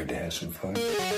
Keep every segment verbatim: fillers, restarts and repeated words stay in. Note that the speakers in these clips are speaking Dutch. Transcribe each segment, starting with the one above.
Ready to have some fun?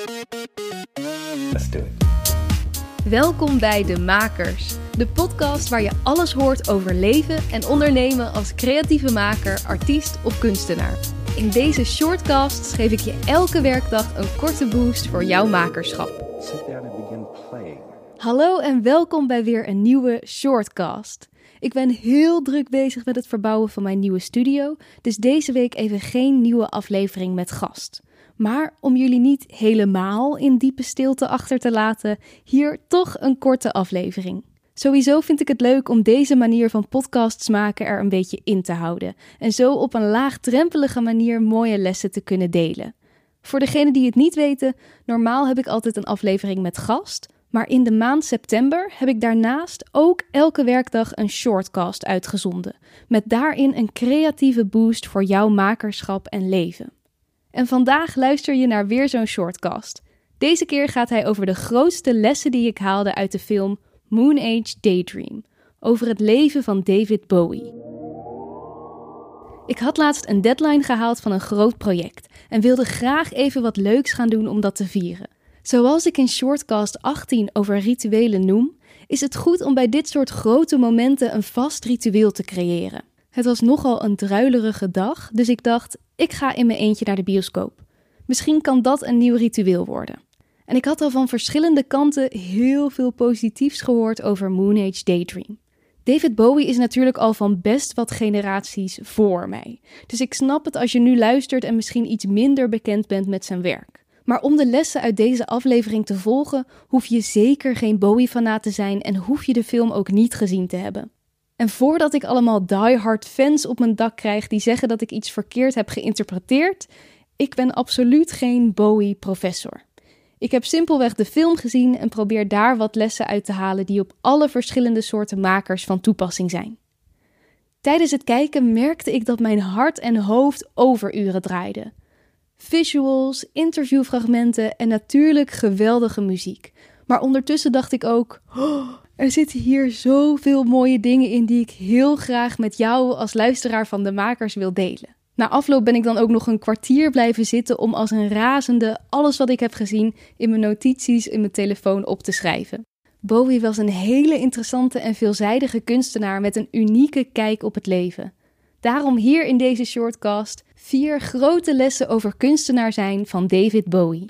Let's do it. Welkom bij De Makers, de podcast waar je alles hoort over leven en ondernemen als creatieve maker, artiest of kunstenaar. In deze shortcasts geef ik je elke werkdag een korte boost voor jouw makerschap. Sit down and begin playing. Hallo en welkom bij weer een nieuwe shortcast. Ik ben heel druk bezig met het verbouwen van mijn nieuwe studio, dus deze week even geen nieuwe aflevering met gast. Maar om jullie niet helemaal in diepe stilte achter te laten, hier toch een korte aflevering. Sowieso vind ik het leuk om deze manier van podcasts maken er een beetje in te houden. En zo op een laagdrempelige manier mooie lessen te kunnen delen. Voor degenen die het niet weten, normaal heb ik altijd een aflevering met gast. Maar in de maand september heb ik daarnaast ook elke werkdag een shortcast uitgezonden. Met daarin een creatieve boost voor jouw makerschap en leven. En vandaag luister je naar weer zo'n shortcast. Deze keer gaat hij over de grootste lessen die ik haalde uit de film Moon Age Daydream. Over het leven van David Bowie. Ik had laatst een deadline gehaald van een groot project en wilde graag even wat leuks gaan doen om dat te vieren. Zoals ik in shortcast achttien over rituelen noem, is het goed om bij dit soort grote momenten een vast ritueel te creëren. Het was nogal een druilerige dag, dus ik dacht, ik ga in mijn eentje naar de bioscoop. Misschien kan dat een nieuw ritueel worden. En ik had al van verschillende kanten heel veel positiefs gehoord over Moon Age Daydream. David Bowie is natuurlijk al van best wat generaties voor mij. Dus ik snap het als je nu luistert en misschien iets minder bekend bent met zijn werk. Maar om de lessen uit deze aflevering te volgen, hoef je zeker geen Bowie-fanaat te zijn en hoef je de film ook niet gezien te hebben. En voordat ik allemaal diehard fans op mijn dak krijg die zeggen dat ik iets verkeerd heb geïnterpreteerd, ik ben absoluut geen Bowie-professor. Ik heb simpelweg de film gezien en probeer daar wat lessen uit te halen die op alle verschillende soorten makers van toepassing zijn. Tijdens het kijken merkte ik dat mijn hart en hoofd overuren draaiden. Visuals, interviewfragmenten en natuurlijk geweldige muziek. Maar ondertussen dacht ik ook, oh, er zitten hier zoveel mooie dingen in die ik heel graag met jou als luisteraar van De Makers wil delen. Na afloop ben ik dan ook nog een kwartier blijven zitten om als een razende alles wat ik heb gezien in mijn notities in mijn telefoon op te schrijven. Bowie was een hele interessante en veelzijdige kunstenaar met een unieke kijk op het leven. Daarom hier in deze shortcast vier grote lessen over kunstenaar zijn van David Bowie.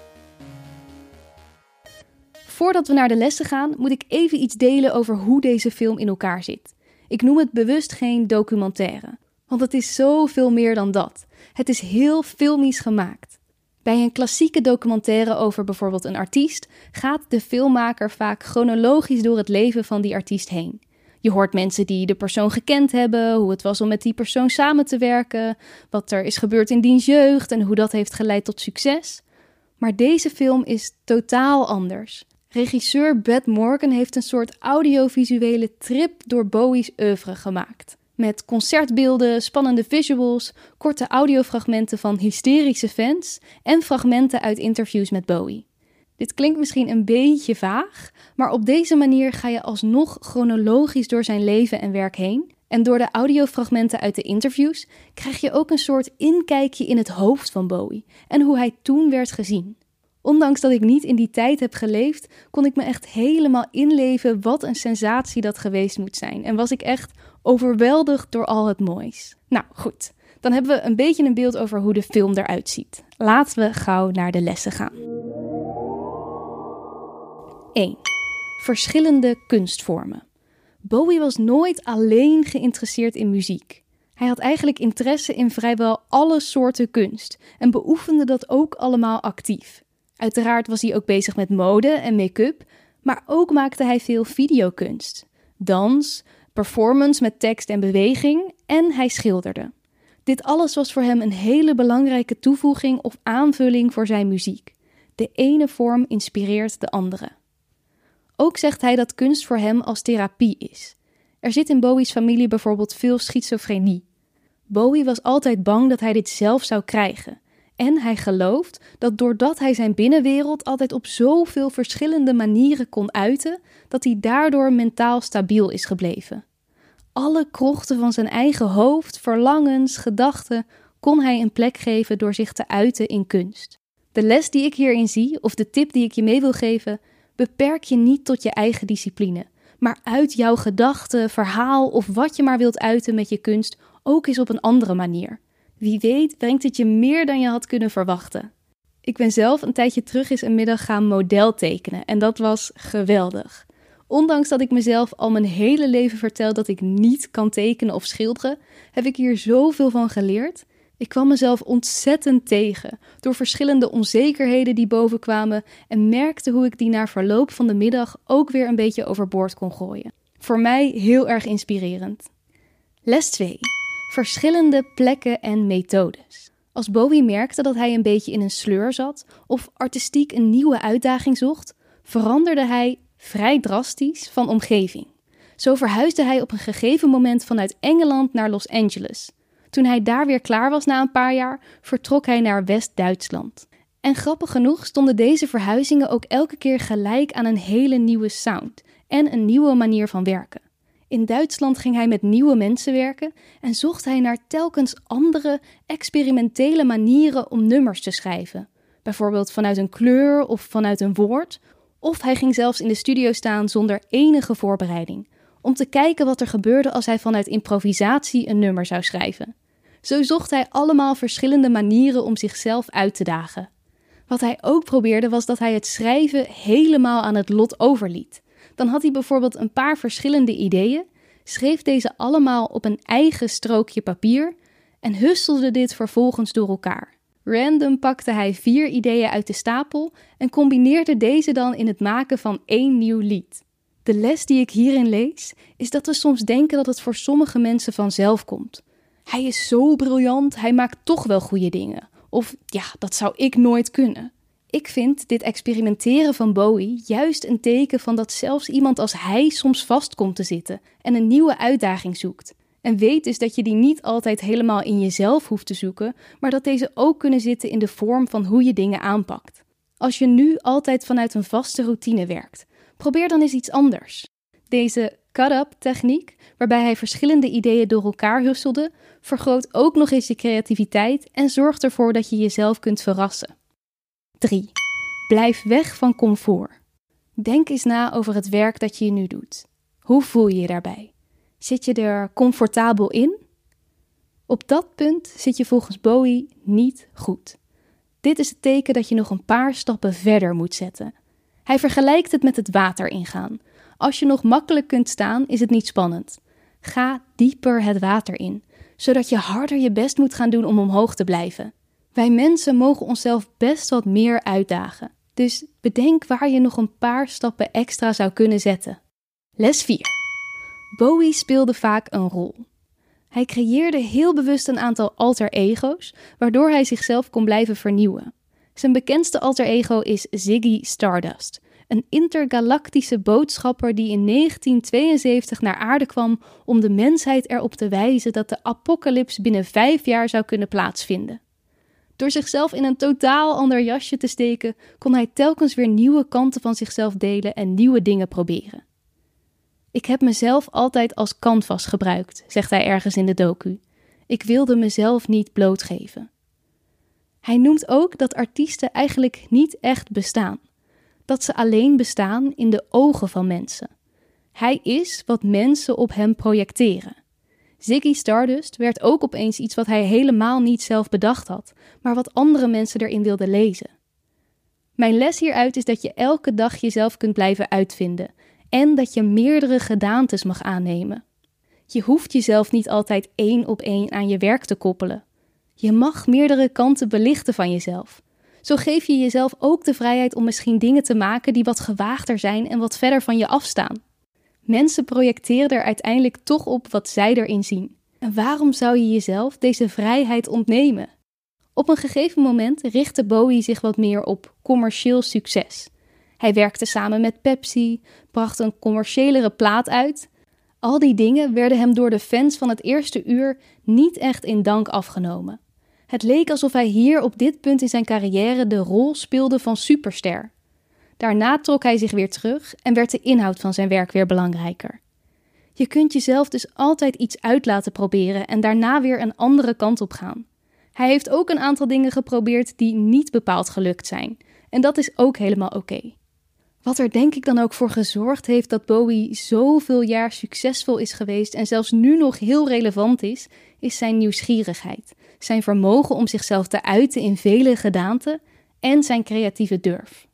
Voordat we naar de lessen gaan, moet ik even iets delen over hoe deze film in elkaar zit. Ik noem het bewust geen documentaire, want het is zoveel meer dan dat. Het is heel filmisch gemaakt. Bij een klassieke documentaire over bijvoorbeeld een artiest gaat de filmmaker vaak chronologisch door het leven van die artiest heen. Je hoort mensen die de persoon gekend hebben, hoe het was om met die persoon samen te werken, wat er is gebeurd in diens jeugd en hoe dat heeft geleid tot succes. Maar deze film is totaal anders. Regisseur Brad Morgan heeft een soort audiovisuele trip door Bowie's oeuvre gemaakt. Met concertbeelden, spannende visuals, korte audiofragmenten van hysterische fans en fragmenten uit interviews met Bowie. Dit klinkt misschien een beetje vaag, maar op deze manier ga je alsnog chronologisch door zijn leven en werk heen. En door de audiofragmenten uit de interviews krijg je ook een soort inkijkje in het hoofd van Bowie en hoe hij toen werd gezien. Ondanks dat ik niet in die tijd heb geleefd, kon ik me echt helemaal inleven wat een sensatie dat geweest moet zijn. En was ik echt overweldigd door al het moois. Nou goed, dan hebben we een beetje een beeld over hoe de film eruit ziet. Laten we gauw naar de lessen gaan. één. Verschillende kunstvormen. Bowie was nooit alleen geïnteresseerd in muziek. Hij had eigenlijk interesse in vrijwel alle soorten kunst en beoefende dat ook allemaal actief. Uiteraard was hij ook bezig met mode en make-up, maar ook maakte hij veel videokunst, dans, performance met tekst en beweging en hij schilderde. Dit alles was voor hem een hele belangrijke toevoeging of aanvulling voor zijn muziek. De ene vorm inspireert de andere. Ook zegt hij dat kunst voor hem als therapie is. Er zit in Bowie's familie bijvoorbeeld veel schizofrenie. Bowie was altijd bang dat hij dit zelf zou krijgen. En hij gelooft dat doordat hij zijn binnenwereld altijd op zoveel verschillende manieren kon uiten, dat hij daardoor mentaal stabiel is gebleven. Alle krochten van zijn eigen hoofd, verlangens, gedachten, kon hij een plek geven door zich te uiten in kunst. De les die ik hierin zie, of de tip die ik je mee wil geven, beperk je niet tot je eigen discipline, maar uit jouw gedachten, verhaal of wat je maar wilt uiten met je kunst ook eens op een andere manier. Wie weet brengt het je meer dan je had kunnen verwachten. Ik ben zelf een tijdje terug eens een middag gaan model tekenen en dat was geweldig. Ondanks dat ik mezelf al mijn hele leven vertel dat ik niet kan tekenen of schilderen, heb ik hier zoveel van geleerd. Ik kwam mezelf ontzettend tegen door verschillende onzekerheden die bovenkwamen en merkte hoe ik die na verloop van de middag ook weer een beetje overboord kon gooien. Voor mij heel erg inspirerend. Les twee. Verschillende plekken en methodes. Als Bowie merkte dat hij een beetje in een sleur zat of artistiek een nieuwe uitdaging zocht, veranderde hij vrij drastisch van omgeving. Zo verhuisde hij op een gegeven moment vanuit Engeland naar Los Angeles. Toen hij daar weer klaar was na een paar jaar, vertrok hij naar West-Duitsland. En grappig genoeg stonden deze verhuizingen ook elke keer gelijk aan een hele nieuwe sound en een nieuwe manier van werken. In Duitsland ging hij met nieuwe mensen werken en zocht hij naar telkens andere, experimentele manieren om nummers te schrijven. Bijvoorbeeld vanuit een kleur of vanuit een woord. Of hij ging zelfs in de studio staan zonder enige voorbereiding, om te kijken wat er gebeurde als hij vanuit improvisatie een nummer zou schrijven. Zo zocht hij allemaal verschillende manieren om zichzelf uit te dagen. Wat hij ook probeerde was dat hij het schrijven helemaal aan het lot overliet. Dan had hij bijvoorbeeld een paar verschillende ideeën, schreef deze allemaal op een eigen strookje papier en husselde dit vervolgens door elkaar. Random pakte hij vier ideeën uit de stapel en combineerde deze dan in het maken van één nieuw lied. De les die ik hierin lees, is dat we soms denken dat het voor sommige mensen vanzelf komt. Hij is zo briljant, hij maakt toch wel goede dingen. Of ja, dat zou ik nooit kunnen. Ik vind dit experimenteren van Bowie juist een teken van dat zelfs iemand als hij soms vast komt te zitten en een nieuwe uitdaging zoekt. En weet dus dat je die niet altijd helemaal in jezelf hoeft te zoeken, maar dat deze ook kunnen zitten in de vorm van hoe je dingen aanpakt. Als je nu altijd vanuit een vaste routine werkt, probeer dan eens iets anders. Deze cut-up techniek, waarbij hij verschillende ideeën door elkaar husselde, vergroot ook nog eens je creativiteit en zorgt ervoor dat je jezelf kunt verrassen. drie. Blijf weg van comfort. Denk eens na over het werk dat je nu doet. Hoe voel je je daarbij? Zit je er comfortabel in? Op dat punt zit je volgens Bowie niet goed. Dit is het teken dat je nog een paar stappen verder moet zetten. Hij vergelijkt het met het water ingaan. Als je nog makkelijk kunt staan, is het niet spannend. Ga dieper het water in, zodat je harder je best moet gaan doen om omhoog te blijven. Wij mensen mogen onszelf best wat meer uitdagen. Dus bedenk waar je nog een paar stappen extra zou kunnen zetten. Les vier. Bowie speelde vaak een rol. Hij creëerde heel bewust een aantal alter ego's, waardoor hij zichzelf kon blijven vernieuwen. Zijn bekendste alter ego is Ziggy Stardust, een intergalactische boodschapper die in negentien tweeënzeventig naar aarde kwam om de mensheid erop te wijzen dat de apocalyps binnen vijf jaar zou kunnen plaatsvinden. Door zichzelf in een totaal ander jasje te steken, kon hij telkens weer nieuwe kanten van zichzelf delen en nieuwe dingen proberen. Ik heb mezelf altijd als canvas gebruikt, zegt hij ergens in de docu. Ik wilde mezelf niet blootgeven. Hij noemt ook dat artiesten eigenlijk niet echt bestaan. Dat ze alleen bestaan in de ogen van mensen. Hij is wat mensen op hem projecteren. Ziggy Stardust werd ook opeens iets wat hij helemaal niet zelf bedacht had, maar wat andere mensen erin wilden lezen. Mijn les hieruit is dat je elke dag jezelf kunt blijven uitvinden en dat je meerdere gedaantes mag aannemen. Je hoeft jezelf niet altijd één op één aan je werk te koppelen. Je mag meerdere kanten belichten van jezelf. Zo geef je jezelf ook de vrijheid om misschien dingen te maken die wat gewaagder zijn en wat verder van je afstaan. Mensen projecteren er uiteindelijk toch op wat zij erin zien. En waarom zou je jezelf deze vrijheid ontnemen? Op een gegeven moment richtte Bowie zich wat meer op commercieel succes. Hij werkte samen met Pepsi, bracht een commerciëlere plaat uit. Al die dingen werden hem door de fans van het eerste uur niet echt in dank afgenomen. Het leek alsof hij hier op dit punt in zijn carrière de rol speelde van superster. Daarna trok hij zich weer terug en werd de inhoud van zijn werk weer belangrijker. Je kunt jezelf dus altijd iets uit laten proberen en daarna weer een andere kant op gaan. Hij heeft ook een aantal dingen geprobeerd die niet bepaald gelukt zijn. En dat is ook helemaal oké. Okay. Wat er denk ik dan ook voor gezorgd heeft dat Bowie zoveel jaar succesvol is geweest en zelfs nu nog heel relevant is, is zijn nieuwsgierigheid. Zijn vermogen om zichzelf te uiten in vele gedaanten en zijn creatieve durf.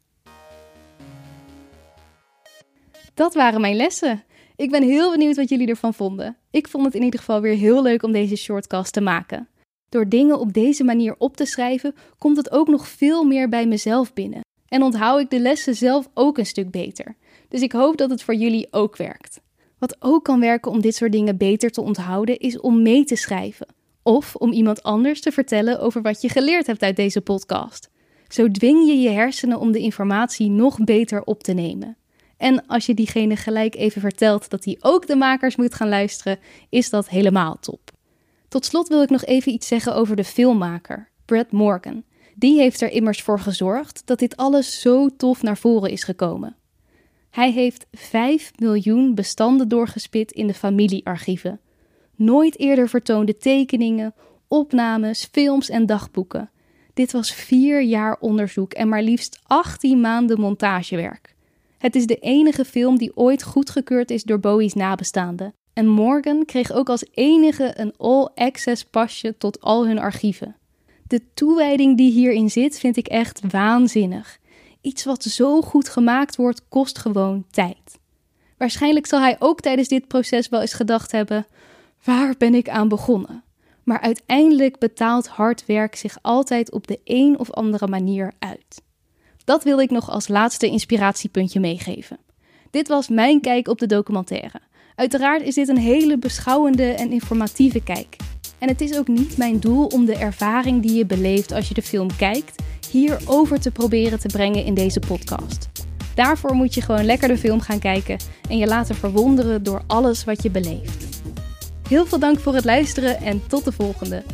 Dat waren mijn lessen. Ik ben heel benieuwd wat jullie ervan vonden. Ik vond het in ieder geval weer heel leuk om deze shortcast te maken. Door dingen op deze manier op te schrijven, komt het ook nog veel meer bij mezelf binnen. En onthoud ik de lessen zelf ook een stuk beter. Dus ik hoop dat het voor jullie ook werkt. Wat ook kan werken om dit soort dingen beter te onthouden, is om mee te schrijven. Of om iemand anders te vertellen over wat je geleerd hebt uit deze podcast. Zo dwing je je hersenen om de informatie nog beter op te nemen. En als je diegene gelijk even vertelt dat hij ook de makers moet gaan luisteren, is dat helemaal top. Tot slot wil ik nog even iets zeggen over de filmmaker, Brett Morgen. Die heeft er immers voor gezorgd dat dit alles zo tof naar voren is gekomen. Hij heeft vijf miljoen bestanden doorgespit in de familiearchieven. Nooit eerder vertoonde tekeningen, opnames, films en dagboeken. Dit was vier jaar onderzoek en maar liefst achttien maanden montagewerk. Het is de enige film die ooit goedgekeurd is door Bowie's nabestaanden. En Morgen kreeg ook als enige een all-access pasje tot al hun archieven. De toewijding die hierin zit vind ik echt waanzinnig. Iets wat zo goed gemaakt wordt, kost gewoon tijd. Waarschijnlijk zal hij ook tijdens dit proces wel eens gedacht hebben: waar ben ik aan begonnen? Maar uiteindelijk betaalt hard werk zich altijd op de een of andere manier uit. Dat wil ik nog als laatste inspiratiepuntje meegeven. Dit was mijn kijk op de documentaire. Uiteraard is dit een hele beschouwende en informatieve kijk. En het is ook niet mijn doel om de ervaring die je beleeft als je de film kijkt, hier over te proberen te brengen in deze podcast. Daarvoor moet je gewoon lekker de film gaan kijken en je laten verwonderen door alles wat je beleeft. Heel veel dank voor het luisteren en tot de volgende.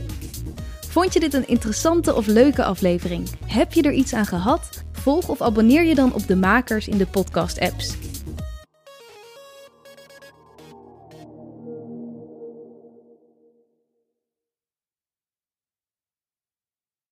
Vond je dit een interessante of leuke aflevering? Heb je er iets aan gehad? Volg of abonneer je dan op de makers in de podcast-apps.